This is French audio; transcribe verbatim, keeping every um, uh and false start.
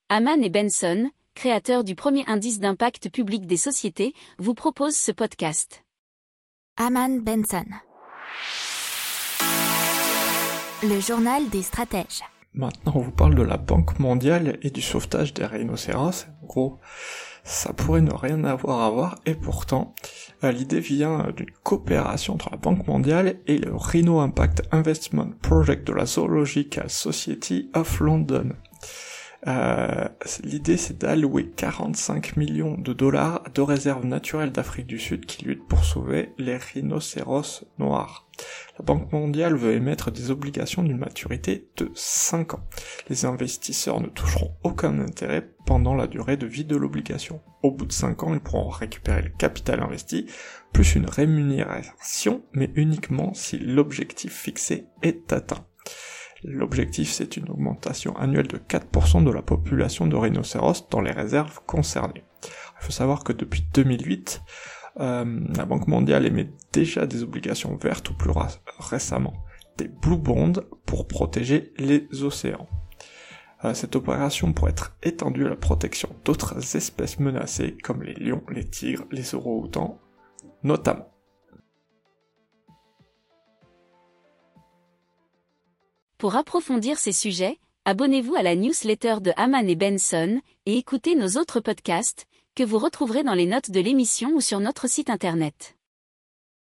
Haman et Benson, créateurs du premier indice d'impact public des sociétés, vous proposent ce podcast. Haman Benson, le journal des stratèges. Maintenant, on vous parle de la Banque mondiale et du sauvetage des rhinocéros. En gros, ça pourrait ne rien avoir à voir, et pourtant, euh, l'idée vient d'une coopération entre la Banque mondiale et le Rhino Impact Investment Project de la Zoological Society of London. Euh, l'idée, c'est d'allouer quarante-cinq millions de dollars à deux réserves naturelles d'Afrique du Sud qui luttent pour sauver les rhinocéros noirs. La Banque mondiale veut émettre des obligations d'une maturité de cinq ans. Les investisseurs ne toucheront aucun intérêt pendant la durée de vie de l'obligation. Au bout de cinq ans, ils pourront récupérer le capital investi, plus une rémunération, mais uniquement si l'objectif fixé est atteint. L'objectif, c'est une augmentation annuelle de quatre pour cent de la population de rhinocéros dans les réserves concernées. Il faut savoir que depuis deux mille huit, euh, la Banque mondiale émet déjà des obligations vertes ou plus ra- récemment, des blue bonds pour protéger les océans. Euh, cette opération pourrait être étendue à la protection d'autres espèces menacées comme les lions, les tigres, les orang-outans, notamment. Pour approfondir ces sujets, abonnez-vous à la newsletter de Haman et Benson et écoutez nos autres podcasts que vous retrouverez dans les notes de l'émission ou sur notre site internet.